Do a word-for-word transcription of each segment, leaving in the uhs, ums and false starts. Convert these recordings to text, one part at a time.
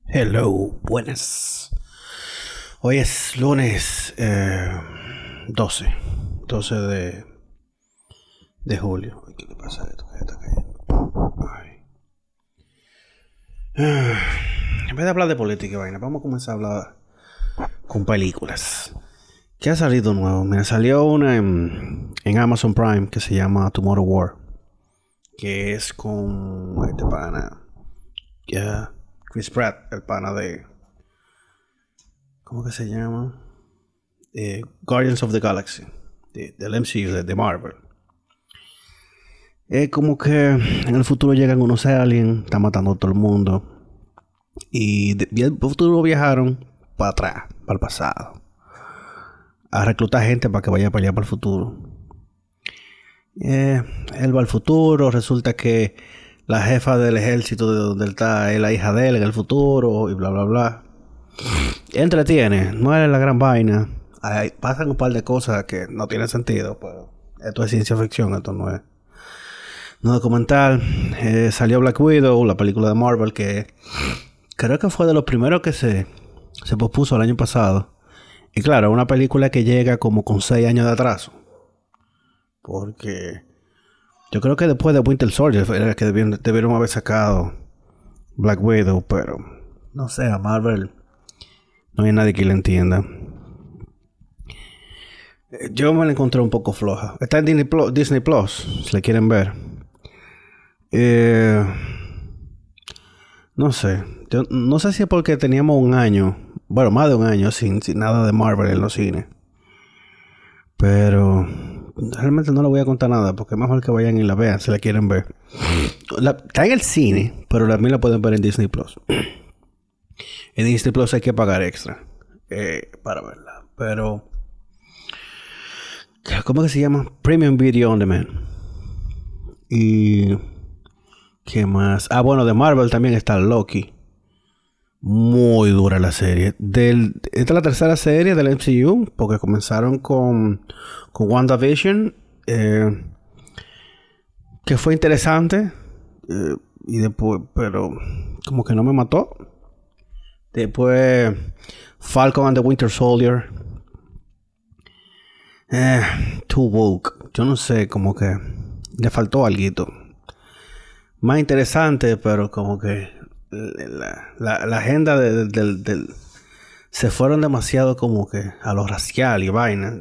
Hello, buenas. Hoy es lunes eh, doce, doce de, de julio. Ay, ¿qué le pasa a esto? Ya está cayendo. Ay. Ah, en vez de hablar de política y vaina, vamos a comenzar a hablar con películas. ¿Qué ha salido nuevo? Mira, salió una en, en Amazon Prime que se llama Tomorrow War, que es con este pana, yeah, Chris Pratt, el pana de, ¿cómo que se llama? Eh, Guardians of the Galaxy, de, del M C U, de, de Marvel. Es como que en el futuro llegan unos aliens, están matando a todo el mundo. Y de, y el futuro viajaron para atrás, para el pasado, a reclutar gente para que vaya a pelear para el futuro. Eh, él va al futuro, resulta que la jefa del ejército de donde él está es la hija de él en el futuro y bla bla bla. Entretiene, no es la gran vaina. Hay, pasan un par de cosas que no tienen sentido, pero esto es ciencia ficción, esto no es no documental. Eh, salió Black Widow, la película de Marvel, que creo que fue de los primeros que se, se pospuso el año pasado. Y claro, una película que llega como con seis años de atraso, porque yo creo que después de Winter Soldier era que debieron, debieron haber sacado Black Widow, pero no sé, a Marvel no hay nadie que le entienda. Yo me la encontré un poco floja. Está en Disney Plus, Disney Plus si la quieren ver. Eh, no sé. Yo no sé si es porque teníamos un año, bueno, más de un año sin, sin nada de Marvel en los cines. Pero realmente no le voy a contar nada, porque es mejor que vayan y la vean si la quieren ver. La, está en el cine, pero también la pueden ver en Disney Plus. En Disney Plus hay que pagar extra eh, para verla. Pero ¿cómo que se llama? Premium Video On Demand. Y ¿qué más? Ah, bueno, de Marvel también está Loki. Muy dura la serie. Del, esta es la tercera serie del M C U, porque comenzaron con, con WandaVision, eh, que fue interesante, eh, y después, pero como que no me mató. Después Falcon and the Winter Soldier, eh, too woke. Yo no sé, como que le faltó algo más interesante, pero como que La, la, la agenda del de, de, de, se fueron demasiado como que a lo racial y vaina.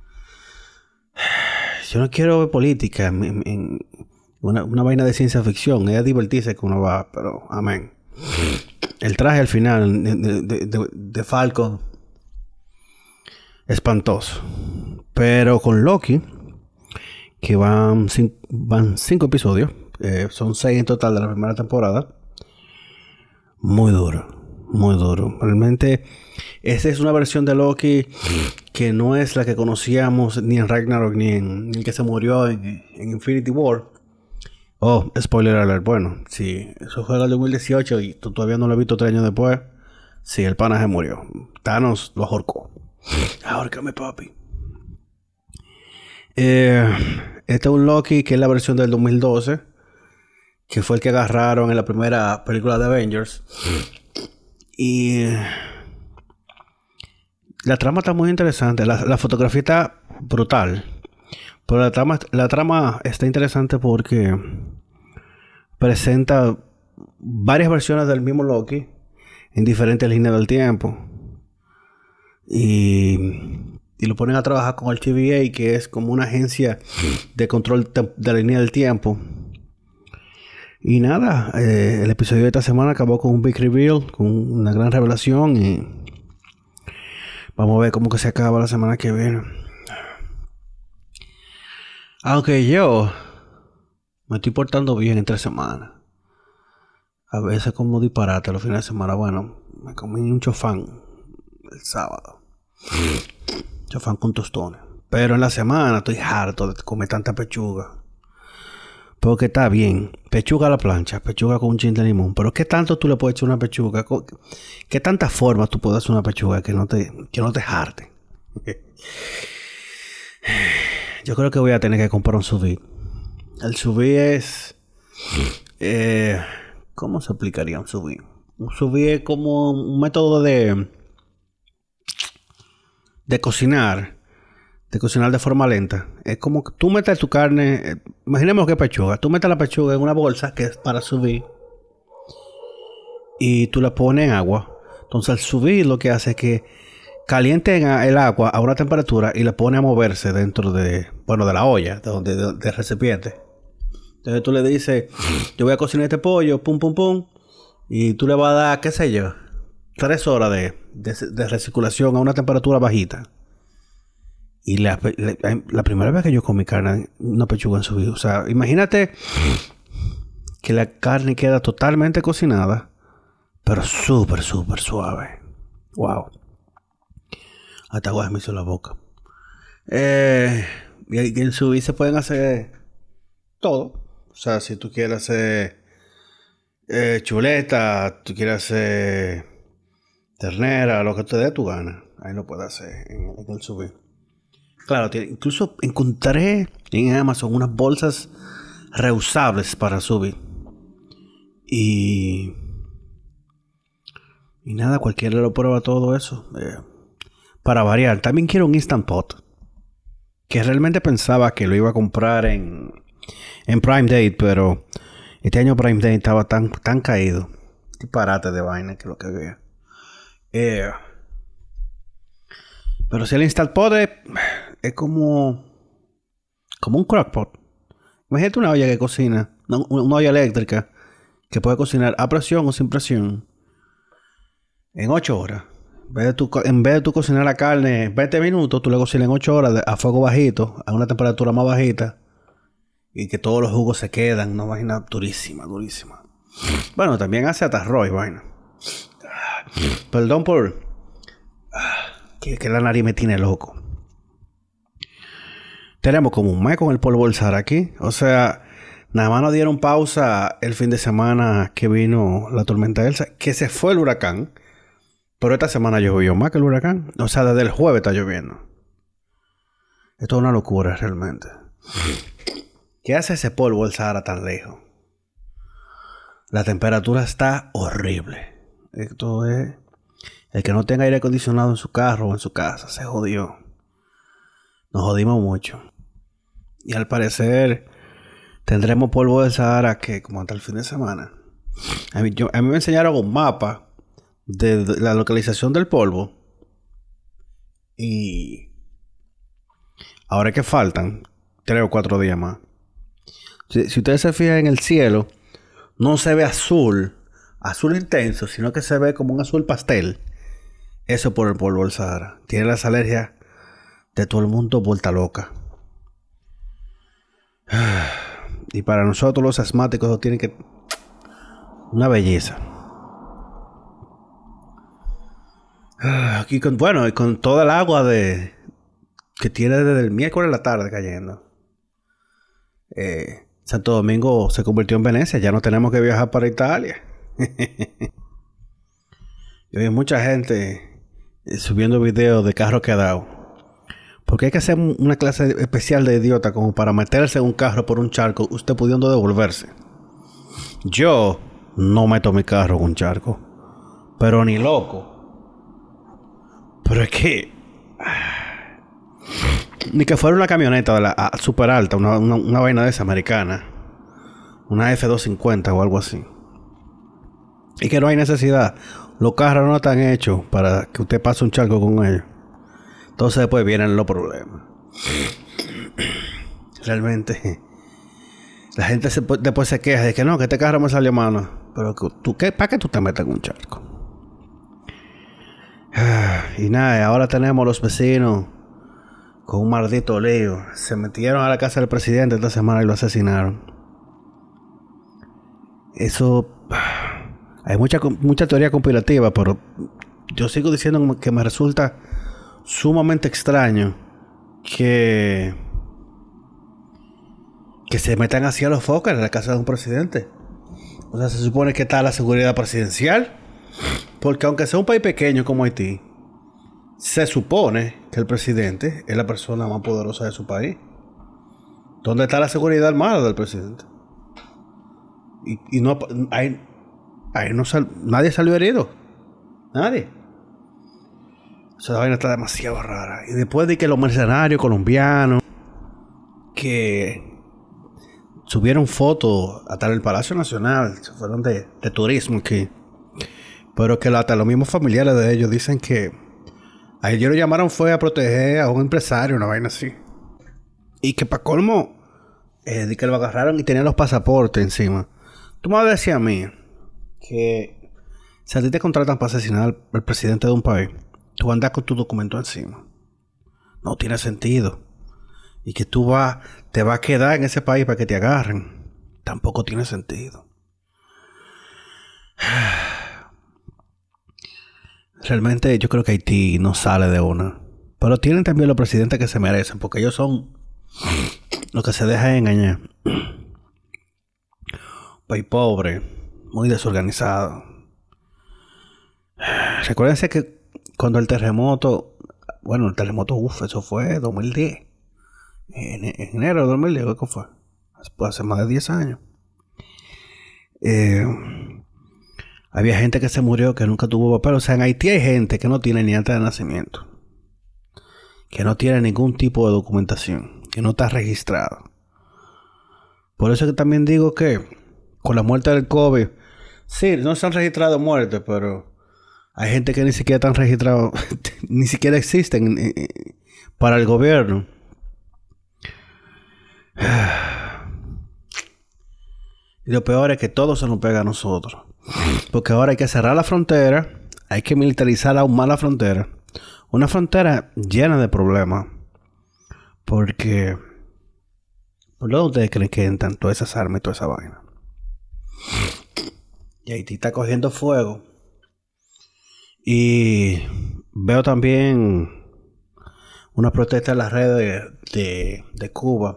Yo no quiero ver política en, en, en una, una vaina de ciencia ficción. Es divertirse que uno va, pero amén. El traje al final de, de, de, de Falcon, espantoso. Pero con Loki, que van, cin, van cinco episodios, eh, son seis en total de la primera temporada. Muy duro, muy duro. Realmente, esta es una versión de Loki que no es la que conocíamos ni en Ragnarok ni en el que se murió en, en Infinity War. Oh, spoiler alert. Bueno, si eso fue en el dos mil dieciocho y tú todavía no lo has visto tres años después, sí, el pana se murió. Thanos lo ahorcó. Ahórcame, papi. Eh, este es un Loki que es la versión del dos mil doce. Que fue el que agarraron en la primera película de Avengers. Y la trama está muy interesante. La, la fotografía está brutal. Pero la trama, la trama está interesante porque presenta varias versiones del mismo Loki en diferentes líneas del tiempo. Y, y lo ponen a trabajar con el T V A, que es como una agencia de control de la línea del tiempo. Y nada, eh, el episodio de esta semana acabó con un big reveal, con una gran revelación, y vamos a ver cómo que se acaba la semana que viene. Aunque yo me estoy portando bien en tres semanas. A veces como disparate los fines de semana. Bueno, me comí un chofán el sábado. Chofán con tostones. Pero en la semana estoy harto de comer tanta pechuga. Porque está bien, pechuga a la plancha, pechuga con un chin de limón. Pero ¿qué tanto tú le puedes echar una pechuga? ¿Qué tantas formas tú puedes hacer una pechuga que no te, que no te jarte? Yo creo que voy a tener que comprar un sous vide. El sous vide es... Eh, ¿Cómo se aplicaría un sous vide? sous vide es como un método de, de cocinar, de cocinar de forma lenta. Es como que tú metes tu carne, eh, imaginemos que es pechuga, tú metes la pechuga en una bolsa que es para sous vide y tú la pones en agua. Entonces el sous vide lo que hace es que caliente el agua a una temperatura y la pone a moverse dentro de, bueno, de la olla, de donde, de, del recipiente. Entonces tú le dices, yo voy a cocinar este pollo, pum, pum, pum, y tú le vas a dar, qué sé yo, tres horas de, de, de recirculación a una temperatura bajita. Y la, la, la primera vez que yo comí carne, una pechuga en su vida, o sea, imagínate que la carne queda totalmente cocinada, pero súper, súper suave. Wow. Hasta agua me hizo la boca. Eh, y en su vida se pueden hacer todo. O sea, si tú quieres hacer eh, chuleta, tú quieres hacer ternera, lo que te dé tu gana, ahí lo puedes hacer en, en el sous vide. Claro, tiene, incluso encontré en Amazon unas bolsas reusables para sous vide. Y... Y nada, cualquiera lo prueba todo eso. Eh, para variar. También quiero un Instant Pot. Que realmente pensaba que lo iba a comprar en... En Prime Day, pero este año Prime Day estaba tan, tan caído. Disparate de vaina que lo que vea. Eh, pero si el Instant Pot es, es como como un crockpot. Imagínate una olla que cocina, una, una olla eléctrica que puede cocinar a presión o sin presión en ocho horas. En vez de tu, en vez de tu cocinar la carne en veinte minutos, tú la cocinas en ocho horas a fuego bajito, a una temperatura más bajita. Y que todos los jugos se quedan. Una vaina durísima, durísima. Bueno, también hace hasta arroz y vaina. Perdón por... Que, que la nariz me tiene loco. Tenemos como un mes con el polvo del Sahara aquí. O sea, nada más nos dieron pausa el fin de semana que vino la tormenta Elsa. Que se fue el huracán. Pero esta semana llovió más que el huracán. O sea, desde el jueves está lloviendo. Esto es una locura realmente. ¿Qué hace ese polvo del Sahara tan lejos? La temperatura está horrible. Esto es... El que no tenga aire acondicionado en su carro o en su casa se jodió. Nos jodimos mucho. Y al parecer tendremos polvo del Sahara que como hasta el fin de semana. A mí, yo, a mí me enseñaron un mapa de, de la localización del polvo. Y ahora es que faltan tres o cuatro días más. Si, si ustedes se fijan en el cielo, no se ve azul, azul intenso, sino que se ve como un azul pastel. Eso por el polvo del Sahara. Tiene las alergias de todo el mundo vuelta loca. Y para nosotros los asmáticos eso tiene que... Una belleza. Aquí con... Bueno, y con toda el agua de... Que tiene desde el miércoles a la tarde cayendo. Eh... Santo Domingo se convirtió en Venecia. Ya no tenemos que viajar para Italia. Y hay mucha gente eh, subiendo videos de carro quedado. Porque hay que hacer una clase especial de idiota como para meterse en un carro por un charco, usted pudiendo devolverse. Yo no meto mi carro en un charco. Pero ni loco. Pero es que... Ni que fuera una camioneta de la, a, super alta, una, una, una vaina de esa americana. Una F doscientos cincuenta o algo así. Y que no hay necesidad. Los carros no están hechos para que usted pase un charco con ellos. Entonces después vienen los problemas. Realmente la gente se, después se queja de que no, que este carro me salió malo. Pero tú, ¿qué? ¿Para qué tú te metes en un charco? Y nada, ahora tenemos los vecinos con un maldito lío. Se metieron a la casa del presidente esta semana y lo asesinaron. Eso... Hay mucha, mucha teoría conspirativa, pero yo sigo diciendo que me resulta sumamente extraño que... Que se metan así a los focos en la casa de un presidente. O sea, se supone que está la seguridad presidencial. Porque aunque sea un país pequeño como Haití, se supone que el presidente es la persona más poderosa de su país. ¿Dónde está la seguridad armada del presidente? Y, y no hay... Ahí no sal... nadie salió herido. Nadie. Esa vaina está demasiado rara. Y después de que los mercenarios colombianos que subieron fotos hasta en el Palacio Nacional, se fueron de, de turismo aquí. Pero que hasta los mismos familiares de ellos dicen que a ellos lo llamaron fue a proteger a un empresario, una vaina así. Y que para colmo, eh, de que lo agarraron y tenían los pasaportes encima. Tú me decías a mí que si a ti te contratan para asesinar al, al presidente de un país, tú andas con tu documento encima. No tiene sentido. Y que tú vas, te vas a quedar en ese país para que te agarren. Tampoco tiene sentido. Realmente yo creo que Haití no sale de una. Pero tienen también los presidentes que se merecen, porque ellos son los que se dejan engañar. País pobre, muy desorganizado. Recuérdense que cuando el terremoto, bueno, el terremoto, uff, eso fue dos mil diez. En, en enero de dos mil diez, ¿qué fue? Hace más de diez años. Eh, había gente que se murió que nunca tuvo papel. O sea, en Haití hay gente que no tiene ni acta de nacimiento, que no tiene ningún tipo de documentación, que no está registrado. Por eso que también digo que con la muerte del COVID, sí, no se han registrado muertes, pero hay gente que ni siquiera están registrados, ni siquiera existen eh, eh, para el gobierno. Y lo peor es que todo se nos pega a nosotros. Porque ahora hay que cerrar la frontera, hay que militarizar aún más la frontera. Una frontera llena de problemas. Porque ¿por dónde ustedes creen que entran todas esas armas y toda esa vaina? Y Haití está cogiendo fuego. Y veo también una protesta en las redes de, de, de Cuba.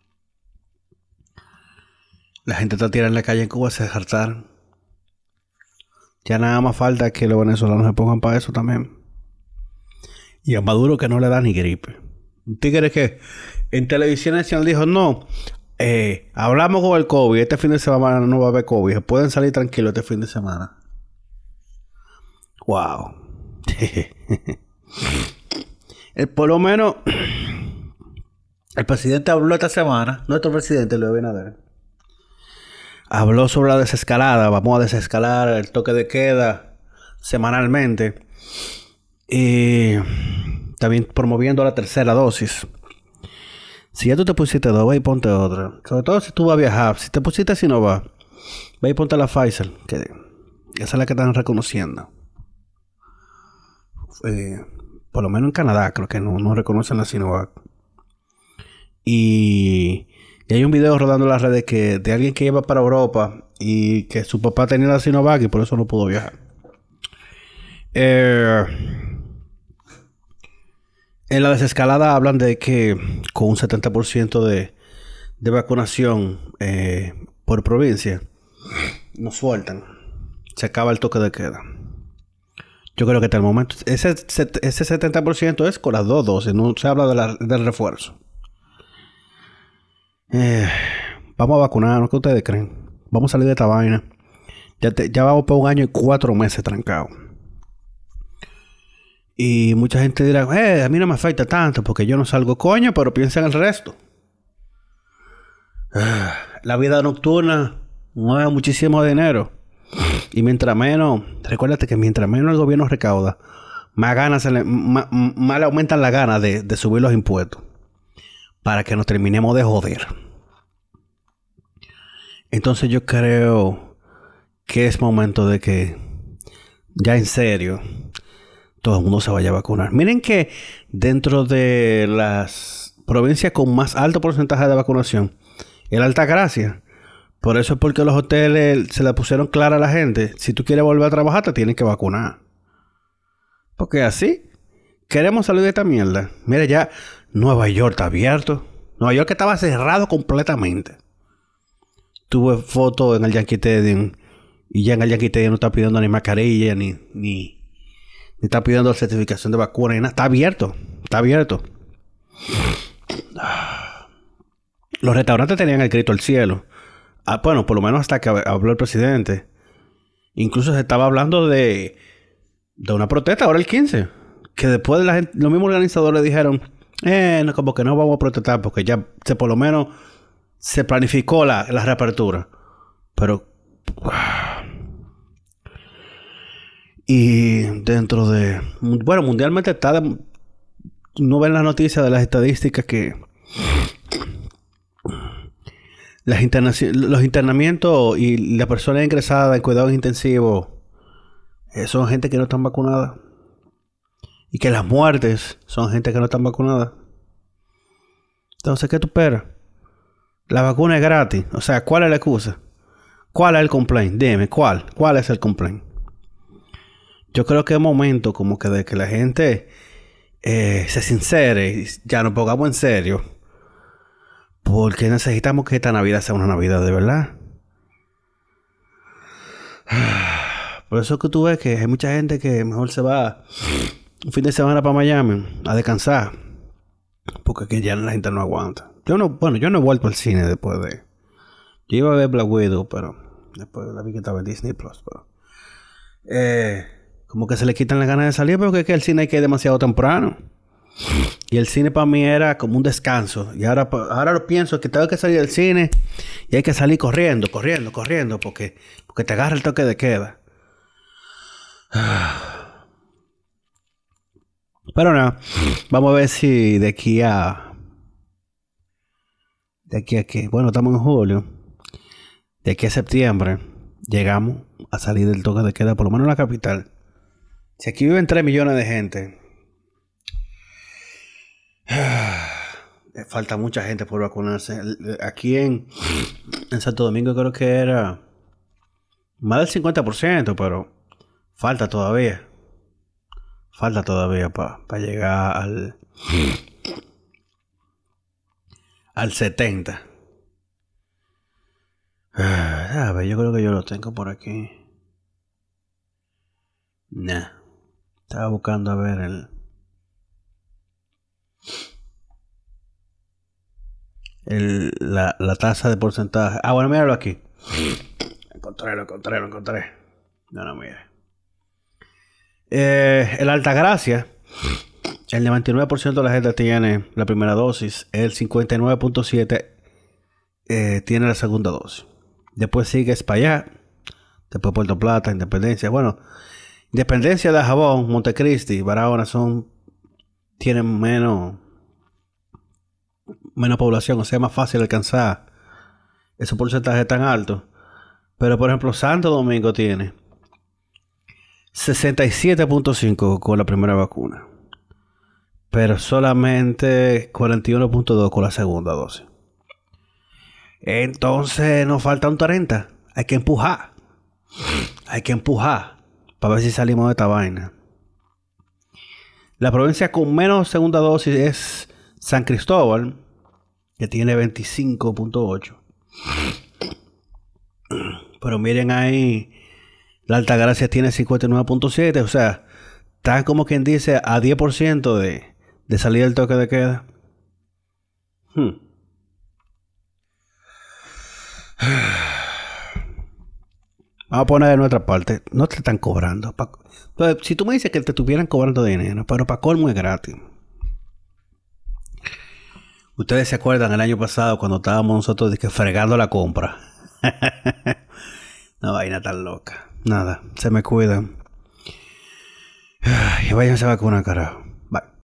La gente está tirando en la calle en Cuba, se hartaron. Ya nada más falta que los venezolanos se pongan para eso también. Y a Maduro que no le da ni gripe. Un tigre que en televisión nacional dijo, no, eh, hablamos con el COVID, este fin de semana no va a haber COVID, pueden salir tranquilos este fin de semana. Wow. el, por lo menos el presidente habló esta semana, nuestro presidente Luis Abinader, habló sobre la desescalada. Vamos a desescalar el toque de queda semanalmente. Y también promoviendo la tercera dosis. Si ya tú te pusiste dos, ve y ponte otra. Sobre todo si tú vas a viajar. Si te pusiste Sinovac, ve y ponte la Pfizer. Que esa es la que están reconociendo. Eh, por lo menos en Canadá creo que no, no reconocen la Sinovac. Y... Y hay un video rodando en las redes que de alguien que iba para Europa y que su papá tenía la Sinovac y por eso no pudo viajar. Eh, en la desescalada hablan de que con un setenta por ciento de, de vacunación eh, por provincia nos sueltan. Se acaba el toque de queda. Yo creo que hasta el momento ese, ese setenta por ciento es con las dos dosis. No se habla de la, del refuerzo. Eh, vamos a vacunarnos. ¿Qué ustedes creen? Vamos a salir de esta vaina. Ya, te, ya vamos por un año y cuatro meses trancados. Y mucha gente dirá, eh, a mí no me afecta tanto porque yo no salgo, coño, pero piensa en el resto. Eh, la vida nocturna mueve muchísimo dinero. Y mientras menos, recuérdate que mientras menos el gobierno recauda, más ganas se le, más, más le aumentan las ganas de, de subir los impuestos. Para que nos terminemos de joder. Entonces yo creo que es momento de que ya en serio todo el mundo se vaya a vacunar. Miren que dentro de las provincias con más alto porcentaje de vacunación, el Altagracia. Por eso es porque los hoteles se la pusieron clara a la gente. Si tú quieres volver a trabajar, te tienes que vacunar. Porque así queremos salir de esta mierda. Mira, ya Nueva York está abierto. Nueva York estaba cerrado completamente. Tuve fotos en el Yankee Stadium y ya en el Yankee Stadium no está pidiendo ni mascarilla ni, ni, ni está pidiendo certificación de vacuna ni nada. Está abierto. Está abierto. Los restaurantes tenían el grito al cielo. Ah, bueno, por lo menos hasta que habló el presidente. Incluso se estaba hablando de, de una protesta ahora el quince. Que después de la gente, los mismos organizadores dijeron, eh, no, como que no vamos a protestar porque ya se por lo menos se planificó la, la reapertura. Pero... Y dentro de... Bueno, mundialmente está... De, no ven las noticias de las estadísticas que... Las internaci- los internamientos y las personas ingresadas en cuidados intensivos eh, son gente que no están vacunadas. Y que las muertes son gente que no están vacunadas. Entonces, ¿qué tú esperas? La vacuna es gratis. O sea, ¿cuál es la excusa? ¿Cuál es el complaint? Dime, ¿cuál? ¿Cuál es el complaint? Yo creo que es momento como que de que la gente eh, se sincere y ya nos pongamos en serio. Porque necesitamos que esta Navidad sea una Navidad de verdad. Por eso que tú ves que hay mucha gente que mejor se va un fin de semana para Miami a descansar. Porque que ya la gente no aguanta. Yo no, bueno, yo no he vuelto al cine después de... Yo iba a ver Black Widow, pero después la vi que estaba en Disney Plus, pero... Eh, como que se le quitan las ganas de salir porque es que el cine hay que ir demasiado temprano. Y el cine para mí era como un descanso. Y ahora, ahora lo pienso que tengo que salir del cine y hay que salir corriendo, corriendo, corriendo, porque, porque te agarra el toque de queda. Pero nada, vamos a ver si de aquí a... De aquí a que... Bueno, estamos en julio. De aquí a septiembre llegamos a salir del toque de queda, por lo menos en la capital. Si aquí viven tres millones de gente... Falta mucha gente por vacunarse. Aquí en, en Santo Domingo creo que era más del cincuenta por ciento, pero falta todavía. Falta todavía para pa llegar al al setenta. A ver, yo creo que yo lo tengo por aquí. Nah. Estaba buscando a ver el El, la, la tasa de porcentaje. Ah, bueno, míralo aquí. Encontré, lo encontré, lo encontré. No, no, mire. Eh, el Altagracia, el noventa y nueve por ciento de la gente tiene la primera dosis. El cincuenta y nueve punto siete por ciento eh, tiene la segunda dosis. Después sigue Espaillat. Después Puerto Plata, Independencia. Bueno, Independencia, de Jabón, Montecristi, Barahona son... Tienen menos... menos población, o sea, es más fácil alcanzar esos porcentajes tan altos. Pero por ejemplo, Santo Domingo tiene sesenta y siete punto cinco con la primera vacuna, pero solamente cuarenta y uno punto dos con la segunda dosis. Entonces nos falta un treinta. Hay que empujar. Hay que empujar para ver si salimos de esta vaina. La provincia con menos segunda dosis es San Cristóbal, que tiene veinticinco punto ocho. Pero miren ahí, la Altagracia tiene cincuenta y nueve punto siete. O sea, está como quien dice a diez por ciento de, de salir del toque de queda. Hmm. Vamos a poner de nuestra parte. No te están cobrando. Pa... Entonces, si tú me dices que te estuvieran cobrando dinero, pero para colmo es gratis. Ustedes se acuerdan el año pasado cuando estábamos nosotros de que fregando la compra. Una vaina tan loca. Nada, se me cuidan. Y váyanse a vacunar, carajo.